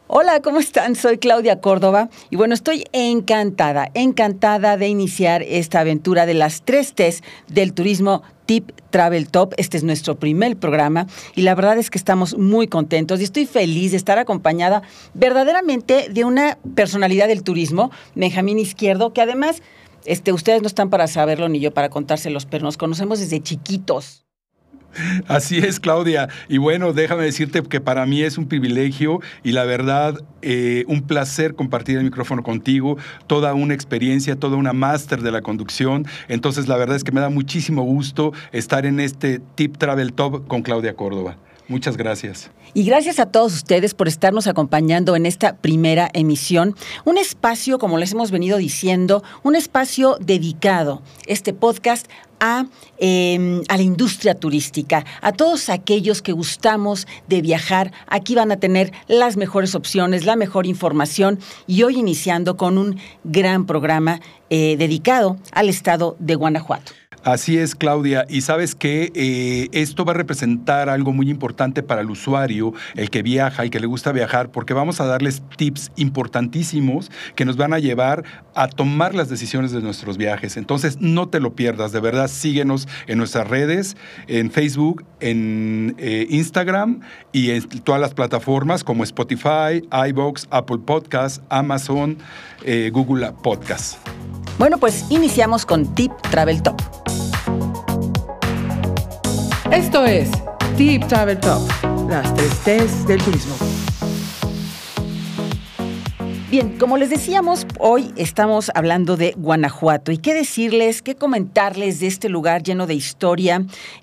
Hola, ¿cómo están? Soy Claudia Córdoba y bueno, estoy encantada de iniciar esta aventura de las 3 T's del turismo Tip Travel Top. Este es nuestro primer programa y la verdad es que estamos muy contentos y estoy feliz de estar acompañada verdaderamente de una personalidad del turismo, Benjamín Izquierdo, que además, ustedes no están para saberlo ni yo para contárselos, pero nos conocemos desde chiquitos. Así es, Claudia. Y bueno, déjame decirte que para mí es un privilegio y la verdad, un placer compartir el micrófono contigo, toda una experiencia, toda una máster de la conducción. Entonces, la verdad es que me da muchísimo gusto estar en este Tip Travel Top con Claudia Córdoba. Muchas gracias. Y gracias a todos ustedes por estarnos acompañando en esta primera emisión. Un espacio, como les hemos venido diciendo, un espacio dedicado, este podcast, a la industria turística, a todos aquellos que gustamos de viajar. Aquí van a tener las mejores opciones, la mejor información y hoy iniciando con un gran programa dedicado al estado de Guanajuato. Así es, Claudia. Y sabes que esto va a representar algo muy importante para el usuario, el que viaja, el que le gusta viajar, porque vamos a darles tips importantísimos que nos van a llevar a tomar las decisiones de nuestros viajes. Entonces, no te lo pierdas. De verdad, síguenos en nuestras redes, en Facebook, en Instagram y en todas las plataformas como Spotify, iVoox, Apple Podcasts, Amazon, Google Podcasts. Bueno, pues iniciamos con Tip Travel Top. Esto es Tip Travel Top, las 3 T's del turismo. Bien, como les decíamos, hoy estamos hablando de Guanajuato. ¿Y qué decirles, qué comentarles de este lugar lleno de historia?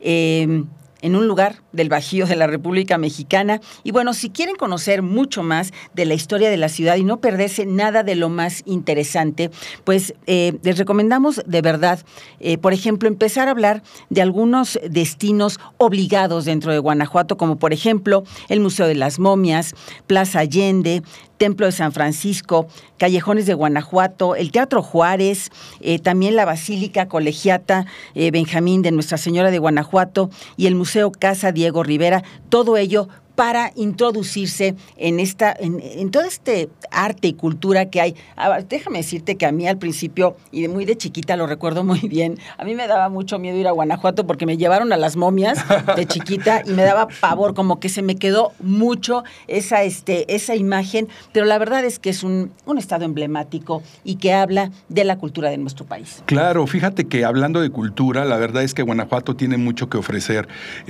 En un lugar del Bajío de la República Mexicana. Y bueno, si quieren conocer mucho más de la historia de la ciudad y no perderse nada de lo más interesante, pues les recomendamos de verdad, por ejemplo, empezar a hablar de algunos destinos obligados dentro de Guanajuato, como por ejemplo el Museo de las Momias, Plaza Allende, Templo de San Francisco, Callejones de Guanajuato, el Teatro Juárez, también la Basílica Colegiata Benjamín de Nuestra Señora de Guanajuato y el Museo Casa Diego Rivera, todo ello para introducirse en todo este arte y cultura que hay. Déjame decirte que a mí al principio, y muy de chiquita lo recuerdo muy bien, a mí me daba mucho miedo ir a Guanajuato porque me llevaron a las momias de chiquita y me daba pavor, como que se me quedó mucho esa imagen, pero la verdad es que es un estado emblemático y que habla de la cultura de nuestro país. Claro, fíjate que hablando de cultura, la verdad es que Guanajuato tiene mucho que ofrecer.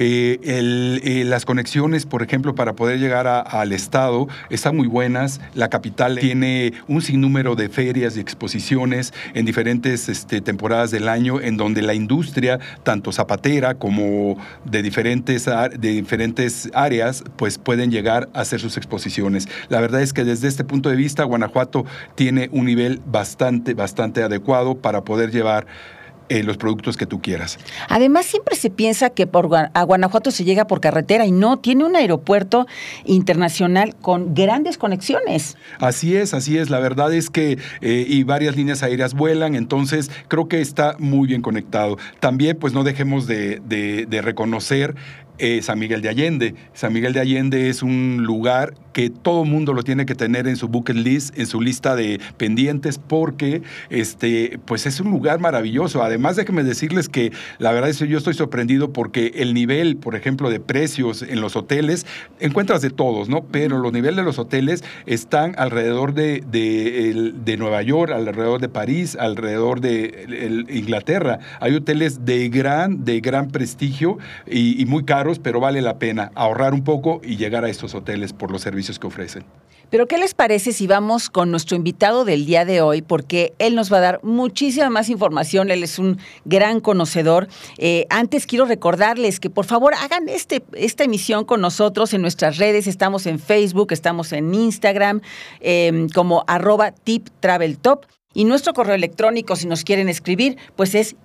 Las conexiones, por ejemplo, para poder llegar al estado, están muy buenas. La capital tiene un sinnúmero de ferias y exposiciones en diferentes temporadas del año, en donde la industria, tanto zapatera como de diferentes áreas, pues pueden llegar a hacer sus exposiciones. La verdad es que desde este punto de vista, Guanajuato tiene un nivel bastante adecuado para poder llevar los productos que tú quieras. Además, siempre se piensa que a Guanajuato se llega por carretera y no, tiene un aeropuerto internacional con grandes conexiones. Así es. La verdad es que y varias líneas aéreas vuelan, entonces creo que está muy bien conectado. También, pues no dejemos de reconocer San Miguel de Allende. San Miguel de Allende es un lugar que todo mundo lo tiene que tener en su bucket list, en su lista de pendientes, porque pues es un lugar maravilloso. Además, déjenme decirles que la verdad es que yo estoy sorprendido porque el nivel, por ejemplo, de precios en los hoteles, encuentras de todos, ¿no? Pero los niveles de los hoteles están alrededor de Nueva York, alrededor de París, alrededor de Inglaterra. Hay hoteles de gran prestigio y muy caros, pero vale la pena ahorrar un poco y llegar a estos hoteles por los servicios que ofrecen. Pero ¿qué les parece si vamos con nuestro invitado del día de hoy? Porque él nos va a dar muchísima más información, él es un gran conocedor. Antes quiero recordarles que por favor hagan esta emisión con nosotros en nuestras redes. Estamos en Facebook, estamos en Instagram, como @tiptraveltop. Y nuestro correo electrónico, si nos quieren escribir, pues es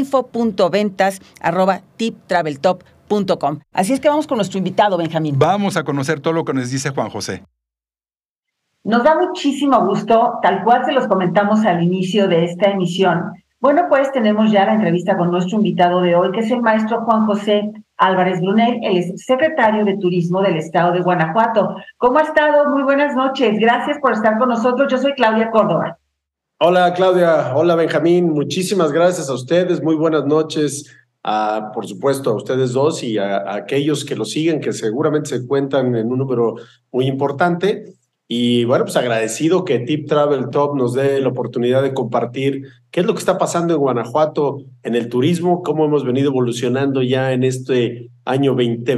info.ventas@tiptraveltop.com. Así es que vamos con nuestro invitado, Benjamín. Vamos a conocer todo lo que nos dice Juan José. Nos da muchísimo gusto, tal cual se los comentamos al inicio de esta emisión. Bueno, pues tenemos ya la entrevista con nuestro invitado de hoy, que es el maestro Juan José Álvarez Brunel, el secretario de Turismo del Estado de Guanajuato. ¿Cómo ha estado? Muy buenas noches. Gracias por estar con nosotros. Yo soy Claudia Córdoba. Hola Claudia, hola Benjamín, muchísimas gracias a ustedes, muy buenas noches, por supuesto a ustedes dos y a aquellos que lo siguen, que seguramente se cuentan en un número muy importante. Y bueno, pues agradecido que Tip Travel Top nos dé la oportunidad de compartir qué es lo que está pasando en Guanajuato en el turismo, cómo hemos venido evolucionando ya en este año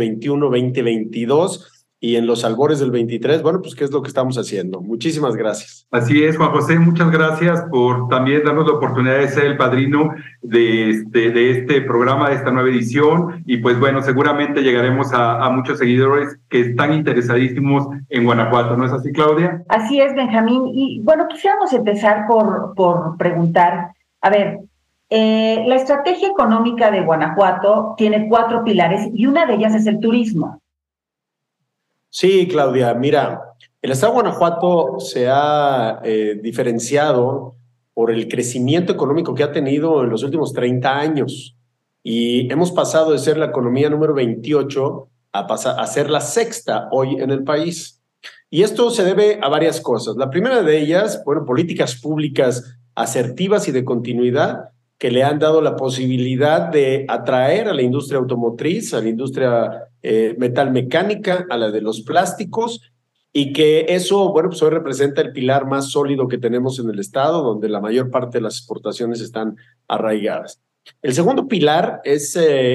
2021-2022 y en los albores del 23, bueno, pues qué es lo que estamos haciendo. Muchísimas gracias. Así es, Juan José, muchas gracias por también darnos la oportunidad de ser el padrino de este programa, de esta nueva edición, y pues bueno, seguramente llegaremos a muchos seguidores que están interesadísimos en Guanajuato, ¿no es así, Claudia? Así es, Benjamín, y bueno, quisiéramos empezar por preguntar, a ver, la estrategia económica de Guanajuato tiene 4 pilares y una de ellas es el turismo. Sí, Claudia, mira, el estado de Guanajuato se ha diferenciado por el crecimiento económico que ha tenido en los últimos 30 años y hemos pasado de ser la economía número 28 a ser la sexta hoy en el país. Y esto se debe a varias cosas. La primera de ellas, bueno, políticas públicas asertivas y de continuidad que le han dado la posibilidad de atraer a la industria automotriz, a la industria metalmecánica, a la de los plásticos, y que eso, bueno, pues hoy representa el pilar más sólido que tenemos en el estado, donde la mayor parte de las exportaciones están arraigadas. El segundo pilar es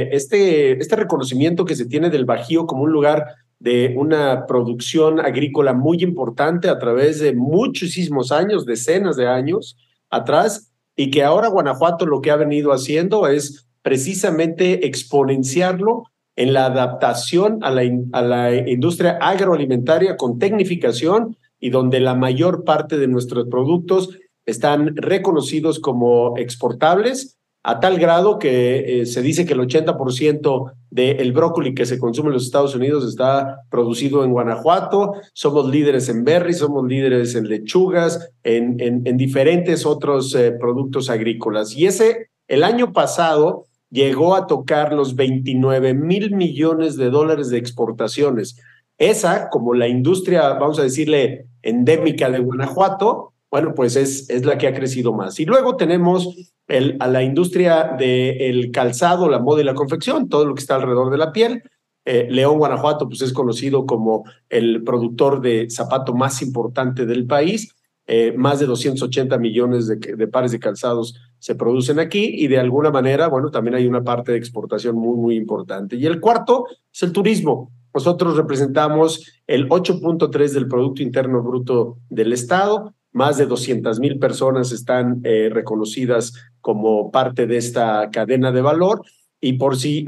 este reconocimiento que se tiene del Bajío como un lugar de una producción agrícola muy importante a través de muchísimos años, decenas de años atrás, y que ahora Guanajuato lo que ha venido haciendo es precisamente exponenciarlo en la adaptación a la industria agroalimentaria con tecnificación y donde la mayor parte de nuestros productos están reconocidos como exportables a tal grado que se dice que el 80% del brócoli que se consume en los Estados Unidos está producido en Guanajuato. Somos líderes en berries, somos líderes en lechugas, en diferentes otros productos agrícolas. Y el año pasado llegó a tocar los 29,000 millones de dólares de exportaciones. Esa, como la industria, vamos a decirle, endémica de Guanajuato, bueno, pues es la que ha crecido más. Y luego tenemos a la industria del calzado, la moda y la confección, todo lo que está alrededor de la piel. León, Guanajuato, pues es conocido como el productor de zapato más importante del país. Más de 280 millones de pares de calzados se producen aquí y de alguna manera, bueno, también hay una parte de exportación muy, muy importante. Y el cuarto es el turismo. Nosotros representamos el 8.3 del Producto Interno Bruto del Estado. Más de 200,000 personas están reconocidas como parte de esta cadena de valor. Y por si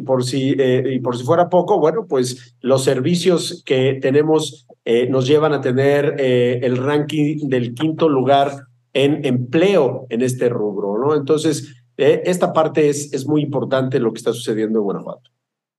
fuera poco, bueno, pues los servicios que tenemos nos llevan a tener el ranking del 5º lugar en empleo en este rubro, ¿no? Entonces, esta parte es muy importante lo que está sucediendo en Guanajuato.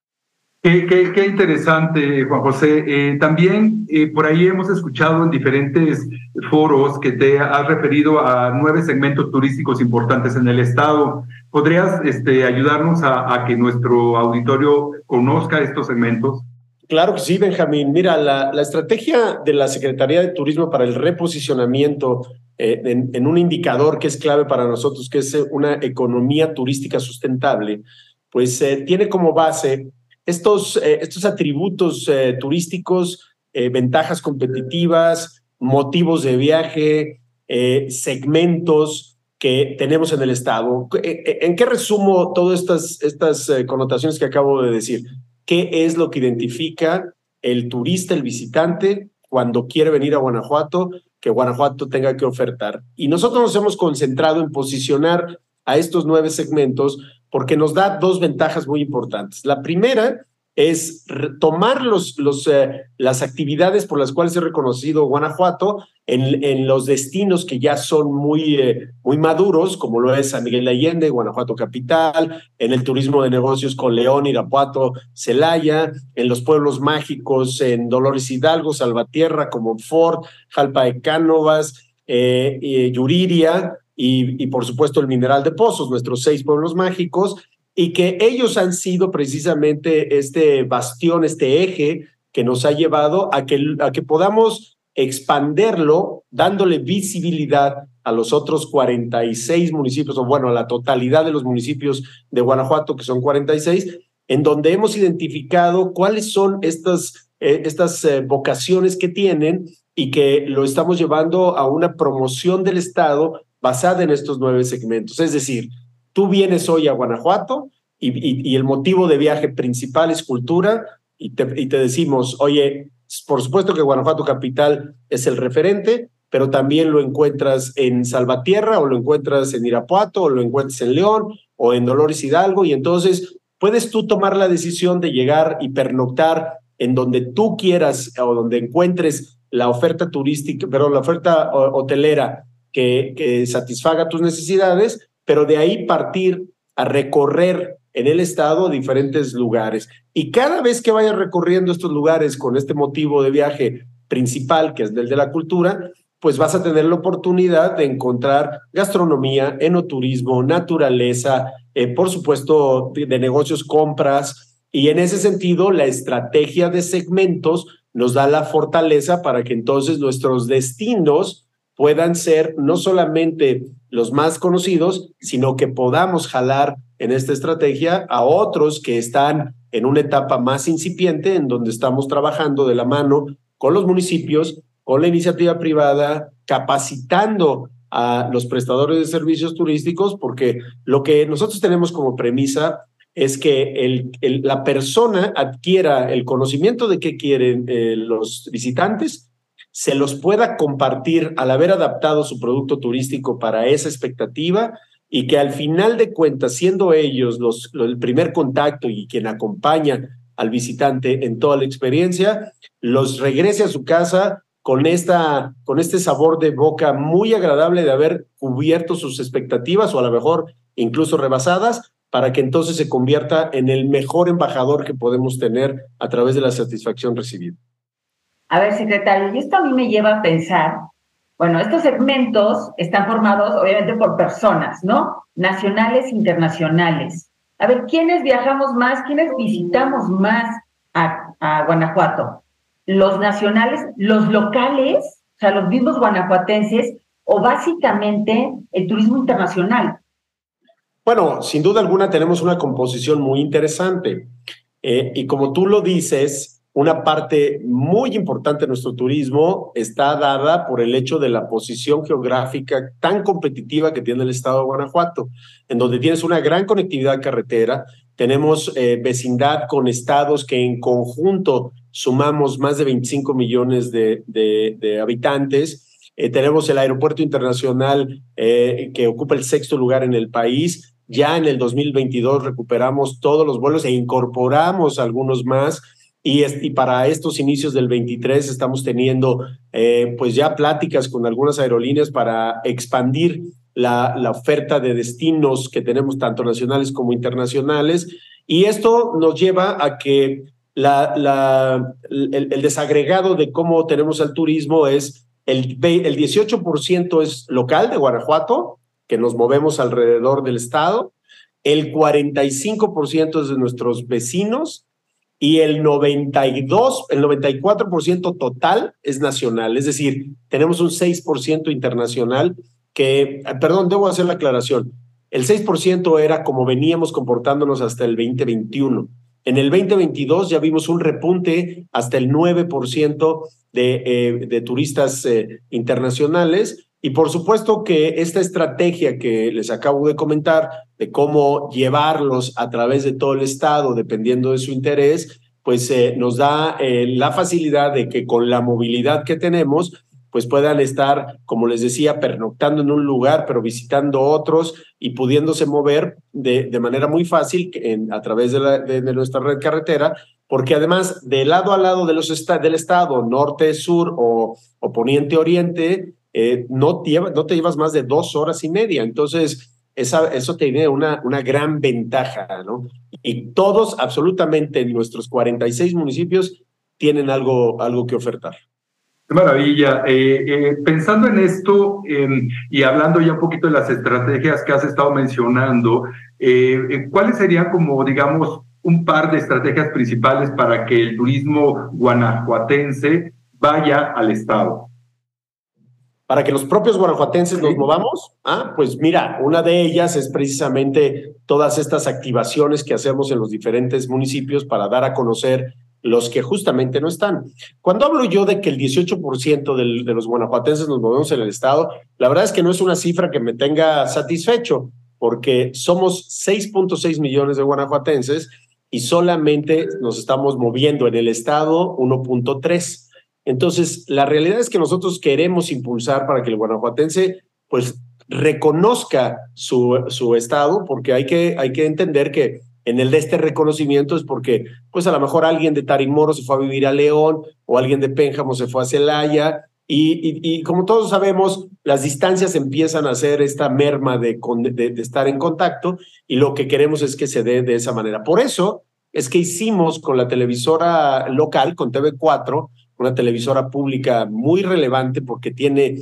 Qué interesante, Juan José. También por ahí hemos escuchado en diferentes foros que te has referido a 9 segmentos turísticos importantes en el estado. ¿Podrías ayudarnos a que nuestro auditorio conozca estos segmentos? Claro que sí, Benjamín. Mira, la estrategia de la Secretaría de Turismo para el reposicionamiento en un indicador que es clave para nosotros, que es una economía turística sustentable, pues tiene como base estos atributos turísticos, ventajas competitivas, motivos de viaje, segmentos que tenemos en el estado. ¿En qué resumo todas estas connotaciones que acabo de decir? ¿Qué es lo que identifica el turista, el visitante, cuando quiere venir a Guanajuato, que Guanajuato tenga que ofertar? Y nosotros nos hemos concentrado en posicionar a estos 9 segmentos porque nos da 2 ventajas muy importantes. La primera es tomar las actividades por las cuales es reconocido Guanajuato en los destinos que ya son muy maduros, como lo es San Miguel de Allende, Guanajuato capital, en el turismo de negocios con León, Irapuato, Celaya, en los pueblos mágicos, en Dolores Hidalgo, Salvatierra, como Fort, Jalpa de Cánovas, Yuriria y por supuesto el Mineral de Pozos, nuestros 6 pueblos mágicos. y que ellos han sido precisamente este bastión, este eje que nos ha llevado a que podamos expanderlo, dándole visibilidad a los otros 46 municipios, o bueno, a la totalidad de los municipios de Guanajuato, que son 46, en donde hemos identificado cuáles son estas vocaciones que tienen y que lo estamos llevando a una promoción del Estado basada en estos 9 segmentos. Es decir, tú vienes hoy a Guanajuato y el motivo de viaje principal es cultura y te decimos, oye, por supuesto que Guanajuato Capital es el referente, pero también lo encuentras en Salvatierra, o lo encuentras en Irapuato, o lo encuentras en León, o en Dolores Hidalgo, y entonces puedes tú tomar la decisión de llegar y pernoctar en donde tú quieras o donde encuentres la oferta turística, pero la oferta hotelera que satisfaga tus necesidades, pero de ahí partir a recorrer en el estado diferentes lugares. Y cada vez que vayas recorriendo estos lugares con este motivo de viaje principal, que es el de la cultura, pues vas a tener la oportunidad de encontrar gastronomía, enoturismo, naturaleza, por supuesto, de negocios, compras, y en ese sentido, la estrategia de segmentos nos da la fortaleza para que entonces nuestros destinos puedan ser no solamente los más conocidos, sino que podamos jalar en esta estrategia a otros que están en una etapa más incipiente, en donde estamos trabajando de la mano con los municipios, con la iniciativa privada, capacitando a los prestadores de servicios turísticos, porque lo que nosotros tenemos como premisa es que la persona adquiera el conocimiento de qué quieren los visitantes, se los pueda compartir al haber adaptado su producto turístico para esa expectativa, y que al final de cuentas, siendo ellos el primer contacto y quien acompaña al visitante en toda la experiencia, los regrese a su casa con este sabor de boca muy agradable de haber cubierto sus expectativas, o a lo mejor incluso rebasadas, para que entonces se convierta en el mejor embajador que podemos tener a través de la satisfacción recibida. A ver, secretario, y esto a mí me lleva a pensar, bueno, estos segmentos están formados obviamente por personas, ¿no? Nacionales, internacionales. A ver, ¿quiénes viajamos más? ¿Quiénes visitamos más a Guanajuato? ¿Los nacionales, los locales, o sea, los mismos guanajuatenses, o básicamente el turismo internacional? Bueno, sin duda alguna tenemos una composición muy interesante. Y como tú lo dices, una parte muy importante de nuestro turismo está dada por el hecho de la posición geográfica tan competitiva que tiene el estado de Guanajuato, en donde tienes una gran conectividad carretera, tenemos vecindad con estados que en conjunto sumamos más de 25 millones de habitantes, tenemos el aeropuerto internacional que ocupa el 6º lugar en el país. Ya en el 2022 recuperamos todos los vuelos e incorporamos algunos más. Y para estos inicios del 23 estamos teniendo pues ya pláticas con algunas aerolíneas para expandir la oferta de destinos que tenemos, tanto nacionales como internacionales. Y esto nos lleva a que el desagregado de cómo tenemos al turismo es el 18% es local de Guanajuato, que nos movemos alrededor del estado, el 45% es de nuestros vecinos, y el 94% total es nacional. Es decir, tenemos un 6% internacional que, perdón, debo hacer la aclaración, el 6% era como veníamos comportándonos hasta el 2021. En el 2022 ya vimos un repunte hasta el 9% de turistas internacionales. Y por supuesto que esta estrategia que les acabo de comentar, de cómo llevarlos a través de todo el estado, dependiendo de su interés, pues nos da la facilidad de que con la movilidad que tenemos, pues puedan estar, como les decía, pernoctando en un lugar, pero visitando otros y pudiéndose mover de manera muy fácil a través de nuestra red carretera, porque además de lado a lado del estado, norte, sur o poniente-oriente, no te llevas más de 2 horas y media. Entonces, eso tiene una gran ventaja, ¿no? Y todos, absolutamente, nuestros 46 municipios tienen algo que ofertar. Qué maravilla. Pensando en esto y hablando ya un poquito de las estrategias que has estado mencionando, ¿cuáles serían como, digamos, un par de estrategias principales para que el turismo guanajuatense vaya al estado? Para que los propios guanajuatenses nos movamos, pues mira, una de ellas es precisamente todas estas activaciones que hacemos en los diferentes municipios para dar a conocer los que justamente no están. Cuando hablo yo de que el 18% de los guanajuatenses nos movemos en el estado, la verdad es que no es una cifra que me tenga satisfecho, porque somos 6.6 millones de guanajuatenses y solamente nos estamos moviendo en el estado 1.3. Entonces, la realidad es que nosotros queremos impulsar para que el guanajuatense pues reconozca su estado, porque hay que entender que en el de este reconocimiento es porque pues a lo mejor alguien de Tarimoro se fue a vivir a León o alguien de Pénjamo se fue a Celaya y como todos sabemos, las distancias empiezan a hacer esta merma de estar en contacto y lo que queremos es que se dé de esa manera. Por eso es que hicimos con la televisora local, con TV4, una televisora pública muy relevante porque tiene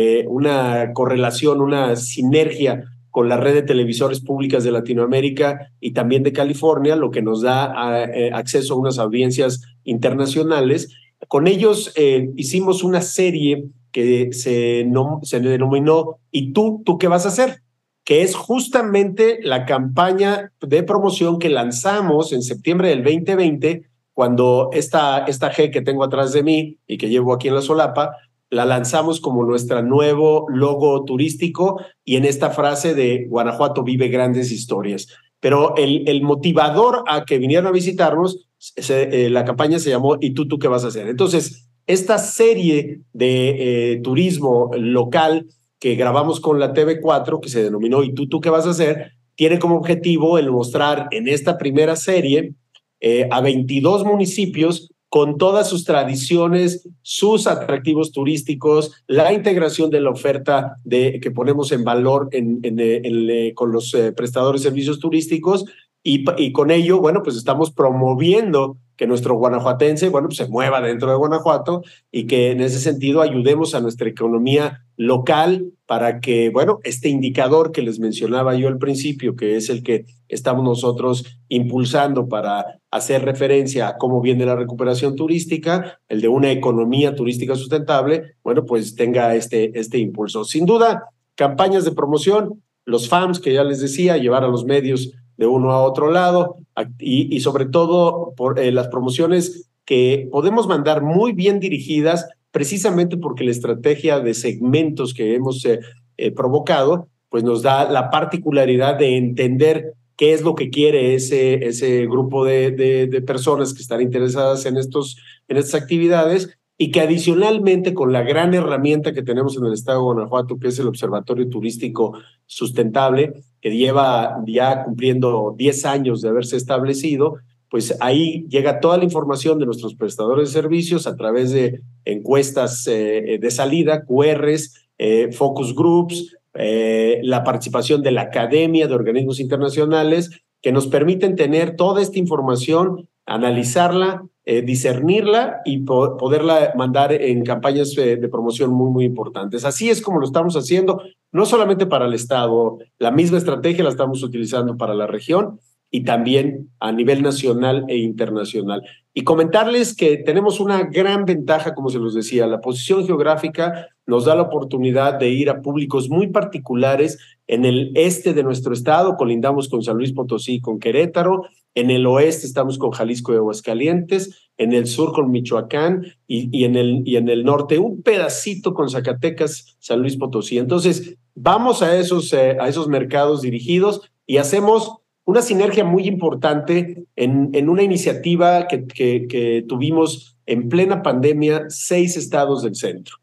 una correlación, una sinergia con la red de televisores públicas de Latinoamérica y también de California, lo que nos da acceso a unas audiencias internacionales. Con ellos hicimos una serie que se denominó ¿Y tú qué vas a hacer?, que es justamente la campaña de promoción que lanzamos en septiembre del 2020, cuando esta G que tengo atrás de mí y que llevo aquí en la solapa, la lanzamos como nuestro nuevo logo turístico y en esta frase de Guanajuato vive grandes historias. Pero el motivador a que vinieran a visitarnos, la campaña se llamó ¿Y tú qué vas a hacer? Entonces, esta serie de turismo local que grabamos con la TV4, que se denominó ¿Y tú qué vas a hacer?, tiene como objetivo el mostrar en esta primera serie a 22 municipios con todas sus tradiciones, sus atractivos turísticos, la integración de la oferta que ponemos en valor con los prestadores de servicios turísticos y con ello, bueno, pues estamos promoviendo que nuestro guanajuatense, bueno, pues se mueva dentro de Guanajuato y que en ese sentido ayudemos a nuestra economía local para que, bueno, este indicador que les mencionaba yo al principio, que es el que estamos nosotros impulsando para hacer referencia a cómo viene la recuperación turística, el de una economía turística sustentable, bueno, pues tenga este impulso. Sin duda, campañas de promoción, los FAMs que ya les decía, llevar a los medios de uno a otro lado y sobre todo por las promociones que podemos mandar muy bien dirigidas precisamente porque la estrategia de segmentos que hemos provocado pues nos da la particularidad de entender qué es lo que quiere ese grupo de personas que están interesadas en estas actividades y que adicionalmente con la gran herramienta que tenemos en el estado de Guanajuato, que es el Observatorio Turístico Sustentable, que lleva ya cumpliendo 10 años de haberse establecido, pues ahí llega toda la información de nuestros prestadores de servicios a través de encuestas de salida, QRs, focus groups, la participación de la academia, de organismos internacionales, que nos permiten tener toda esta información, analizarla, discernirla y poderla mandar en campañas de promoción muy, muy importantes. Así es como lo estamos haciendo, no solamente para el estado, la misma estrategia la estamos utilizando para la región y también a nivel nacional e internacional. Y comentarles que tenemos una gran ventaja, como se los decía, la posición geográfica nos da la oportunidad de ir a públicos muy particulares. En el este de nuestro estado colindamos con San Luis Potosí y con Querétaro, en el oeste estamos con Jalisco y Aguascalientes, en el sur con Michoacán y en el norte un pedacito con Zacatecas, San Luis Potosí. Entonces, vamos a esos mercados dirigidos y hacemos una sinergia muy importante en una iniciativa que tuvimos en plena pandemia, 6 estados del centro.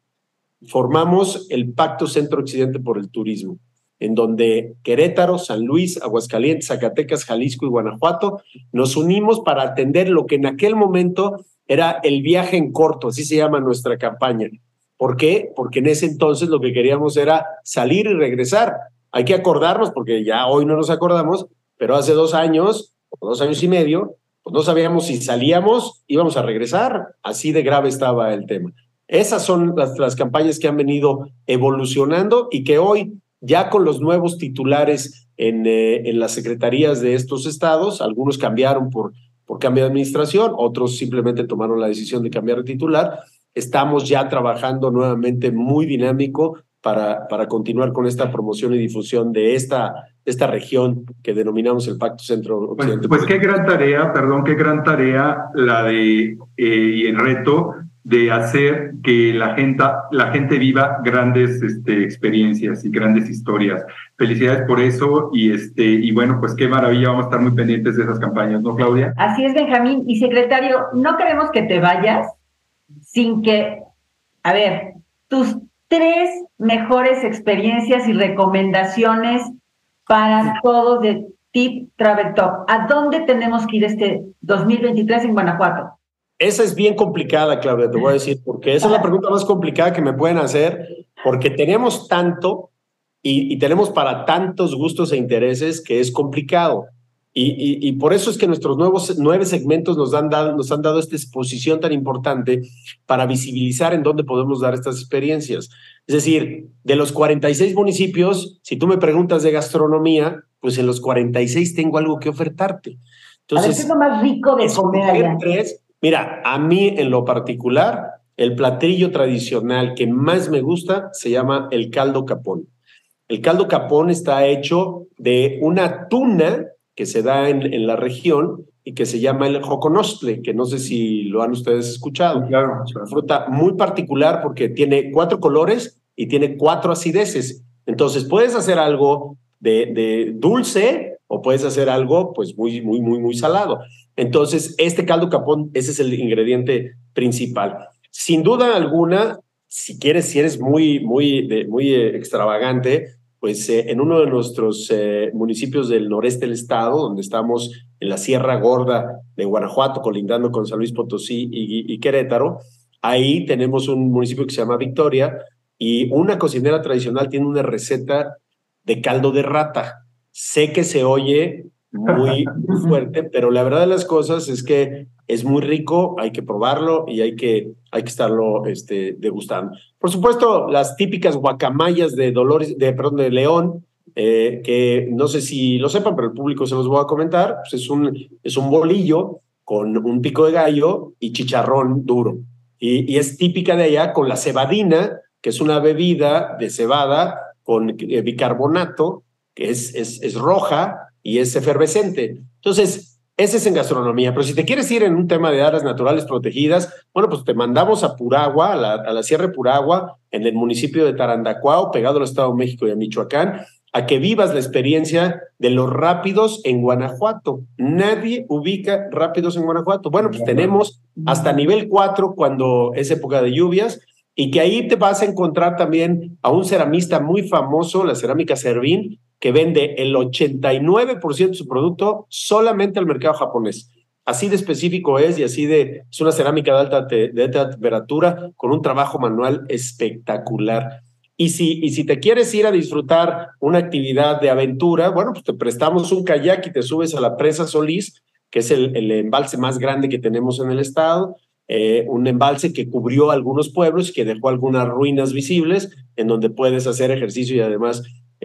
Formamos el Pacto Centro-Occidente por el Turismo, en donde Querétaro, San Luis, Aguascalientes, Zacatecas, Jalisco y Guanajuato nos unimos para atender lo que en aquel momento era el viaje en corto, así se llama nuestra campaña. ¿Por qué? Porque en ese entonces lo que queríamos era salir y regresar. Hay que acordarnos, porque ya hoy no nos acordamos, pero hace 2 años, o 2 años y medio, pues no sabíamos si salíamos, íbamos a regresar. Así de grave estaba el tema. Esas son las campañas que han venido evolucionando y que hoy, ya con los nuevos titulares en las secretarías de estos estados, algunos cambiaron por cambio de administración, otros simplemente tomaron la decisión de cambiar de titular, estamos ya trabajando nuevamente muy dinámico para continuar con esta promoción y difusión de esta región que denominamos el Pacto Centro-Occidente. Pues qué gran tarea la de, y el reto de hacer que la gente viva grandes experiencias y grandes historias. Felicidades por eso y bueno, pues qué maravilla, vamos a estar muy pendientes de esas campañas, ¿no, Claudia? Así es, Benjamín. Y secretario, no queremos que te vayas sin que, a ver, tus 3 mejores experiencias y recomendaciones para todos de Tip Travel Top. ¿A dónde tenemos que ir este 2023 en Guanajuato? Esa es bien complicada, Claudia, te voy a decir, porque esa es la pregunta más complicada que me pueden hacer, porque tenemos tanto y tenemos para tantos gustos e intereses que es complicado. Y por eso es que nuestros 9 segmentos nos han dado esta exposición tan importante para visibilizar en dónde podemos dar estas experiencias. Es decir, de los 46 municipios, si tú me preguntas de gastronomía, pues en los 46 tengo algo que ofertarte. Entonces, a ver, ¿qué es lo más rico de comer allá? Mira, a mí en lo particular, el platillo tradicional que más me gusta se llama el caldo capón. El caldo capón está hecho de una tuna que se da en la región y que se llama el joconostle, que no sé si lo han ustedes escuchado. Claro. Es una fruta muy particular porque tiene 4 colores y tiene 4 acideces. Entonces puedes hacer algo de dulce o puedes hacer algo pues muy salado. Entonces este caldo capón, ese es el ingrediente principal. Sin duda alguna, si eres muy extravagante, pues en uno de nuestros municipios del noreste del estado, donde estamos en la Sierra Gorda de Guanajuato, colindando con San Luis Potosí y Querétaro, ahí tenemos un municipio que se llama Victoria y una cocinera tradicional tiene una receta de caldo de rata. Sé que se oye muy fuerte, pero la verdad de las cosas es que es muy rico, hay que probarlo y hay que estarlo degustando. Por supuesto, las típicas guacamayas de León, que no sé si lo sepan, pero el público se los voy a comentar, pues es un bolillo con un pico de gallo y chicharrón duro. Y es típica de allá con la cebadina, que es una bebida de cebada con bicarbonato, que es roja y es efervescente. Entonces, ese es en gastronomía. Pero si te quieres ir en un tema de áreas naturales protegidas, bueno, pues te mandamos a Puragua, a la Sierra de Puragua, en el municipio de Tarandacuao, pegado al Estado de México y a Michoacán, a que vivas la experiencia de los rápidos en Guanajuato. Nadie ubica rápidos en Guanajuato. Bueno, pues tenemos hasta nivel 4 cuando es época de lluvias, y que ahí te vas a encontrar también a un ceramista muy famoso, la cerámica Servín, que vende el 89% de su producto solamente al mercado japonés. Así de específico es y es una cerámica de alta temperatura con un trabajo manual espectacular. Y si te quieres ir a disfrutar una actividad de aventura, bueno, pues te prestamos un kayak y te subes a la presa Solís, que es el embalse más grande que tenemos en el estado. Un embalse que cubrió algunos pueblos y que dejó algunas ruinas visibles en donde puedes hacer ejercicio y además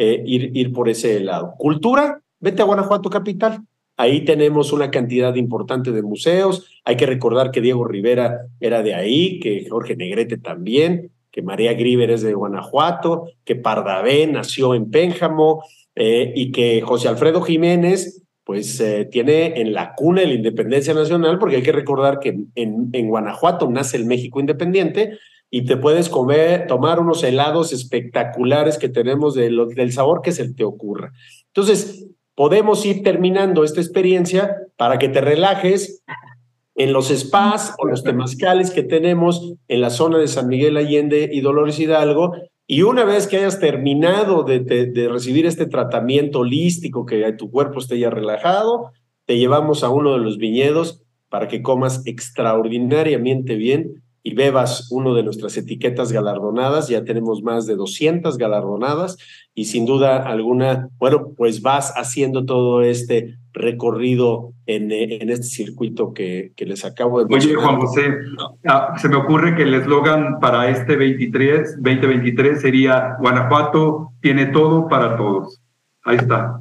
ir por ese lado. Cultura, vete a Guanajuato capital. Ahí tenemos una cantidad importante de museos. Hay que recordar que Diego Rivera era de ahí, que Jorge Negrete también, que María Gríber es de Guanajuato, que Pardavé nació en Pénjamo y que José Alfredo Jiménez pues tiene en la cuna de la independencia nacional, porque hay que recordar que en Guanajuato nace el México independiente y te puedes tomar unos helados espectaculares que tenemos del sabor que se te ocurra. Entonces, podemos ir terminando esta experiencia para que te relajes en los spas o los temazcales que tenemos en la zona de San Miguel Allende y Dolores Hidalgo. Y una vez que hayas terminado de recibir este tratamiento holístico, que tu cuerpo esté ya relajado, te llevamos a uno de los viñedos para que comas extraordinariamente bien y bebas uno de nuestras etiquetas galardonadas. Ya tenemos más de 200 galardonadas y sin duda alguna, bueno, pues vas haciendo todo este recorrido en este circuito que les acabo de Oye, mencionar. Juan José, se me ocurre que el eslogan para este 2023 sería: Guanajuato tiene todo para todos. Ahí está.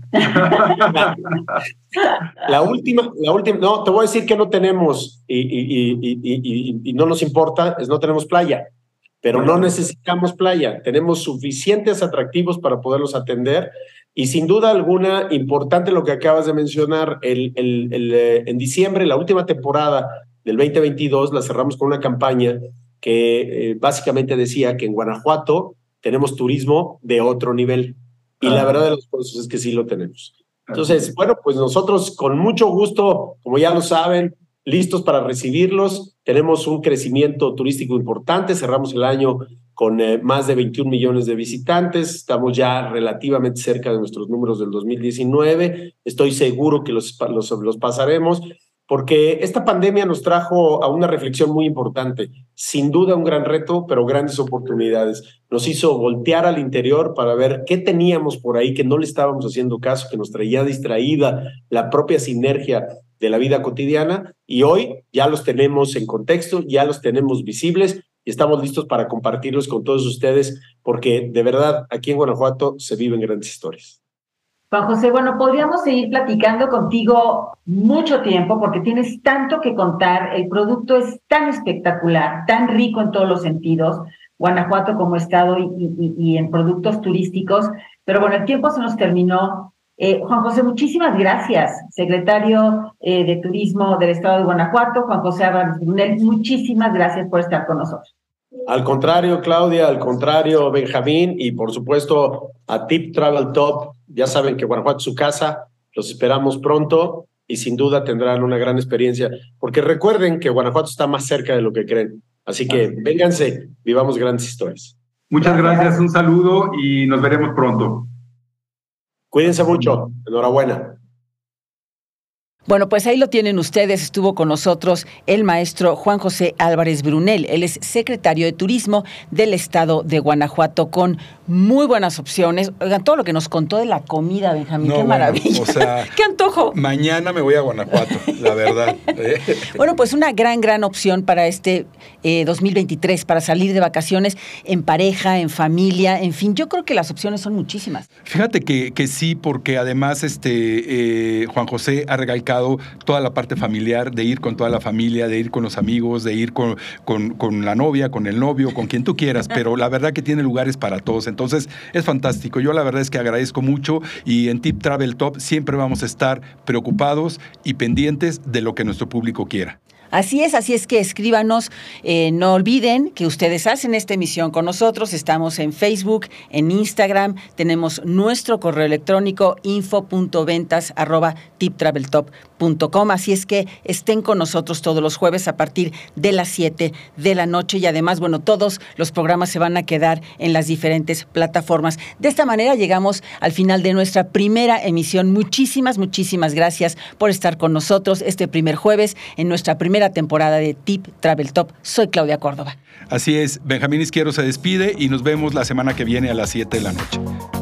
La última, no, te voy a decir que no tenemos y no nos importa, no tenemos playa, pero no necesitamos playa, tenemos suficientes atractivos para poderlos atender y sin duda alguna, importante lo que acabas de mencionar, en diciembre, la última temporada del 2022, la cerramos con una campaña que básicamente decía que en Guanajuato tenemos turismo de otro nivel. Y la verdad de las cosas es que sí lo tenemos. Entonces, bueno, pues nosotros con mucho gusto, como ya lo saben, listos para recibirlos. Tenemos un crecimiento turístico importante. Cerramos el año con más de 21 millones de visitantes. Estamos ya relativamente cerca de nuestros números del 2019. Estoy seguro que los pasaremos, porque esta pandemia nos trajo a una reflexión muy importante. Sin duda un gran reto, pero grandes oportunidades. Nos hizo voltear al interior para ver qué teníamos por ahí que no le estábamos haciendo caso, que nos traía distraída la propia sinergia de la vida cotidiana, y hoy ya los tenemos en contexto, ya los tenemos visibles y estamos listos para compartirlos con todos ustedes, porque de verdad aquí en Guanajuato se viven grandes historias. Juan José, bueno, podríamos seguir platicando contigo mucho tiempo porque tienes tanto que contar, el producto es tan espectacular, tan rico en todos los sentidos, Guanajuato como estado y en productos turísticos, pero bueno, el tiempo se nos terminó. Juan José, muchísimas gracias, secretario de Turismo del estado de Guanajuato, Juan José Álvarez Brunel, muchísimas gracias por estar con nosotros. Al contrario, Claudia, al contrario, Benjamín, y por supuesto a Tip Travel Top. Ya saben que Guanajuato es su casa, los esperamos pronto y sin duda tendrán una gran experiencia, porque recuerden que Guanajuato está más cerca de lo que creen. Así que vénganse, vivamos grandes historias. Muchas gracias, un saludo y nos veremos pronto. Cuídense mucho, enhorabuena. Bueno, pues ahí lo tienen ustedes. Estuvo con nosotros el maestro Juan José Álvarez Brunel. Él es secretario de Turismo del estado de Guanajuato, con muy buenas opciones. Oigan, todo lo que nos contó de la comida, Benjamín, No, qué maravilla. O sea, ¡qué antojo! Mañana me voy a Guanajuato, la verdad. Bueno, pues una gran opción para este 2023, para salir de vacaciones en pareja, en familia, en fin. Yo creo que las opciones son muchísimas. Fíjate que sí, porque además Juan José ha recalcado toda la parte familiar, de ir con toda la familia, de ir con los amigos, de ir con la novia, con el novio, con quien tú quieras, pero la verdad que tiene lugares para todos. Entonces es fantástico. Yo la verdad es que agradezco mucho y en Tip Travel Top siempre vamos a estar preocupados y pendientes de lo que nuestro público quiera. Así es que escríbanos, no olviden que ustedes hacen esta emisión con nosotros, estamos en Facebook, en Instagram, tenemos nuestro correo electrónico info.ventas@tiptraveltop.com, así es que estén con nosotros todos los jueves a partir de las 7 de la noche y además, bueno, todos los programas se van a quedar en las diferentes plataformas. De esta manera llegamos al final de nuestra primera emisión. Muchísimas gracias por estar con nosotros este primer jueves en nuestra primera temporada de Tip Travel Top. Soy Claudia Córdoba. Así es, Benjamín Izquierdo se despide y nos vemos la semana que viene a las 7 de la noche.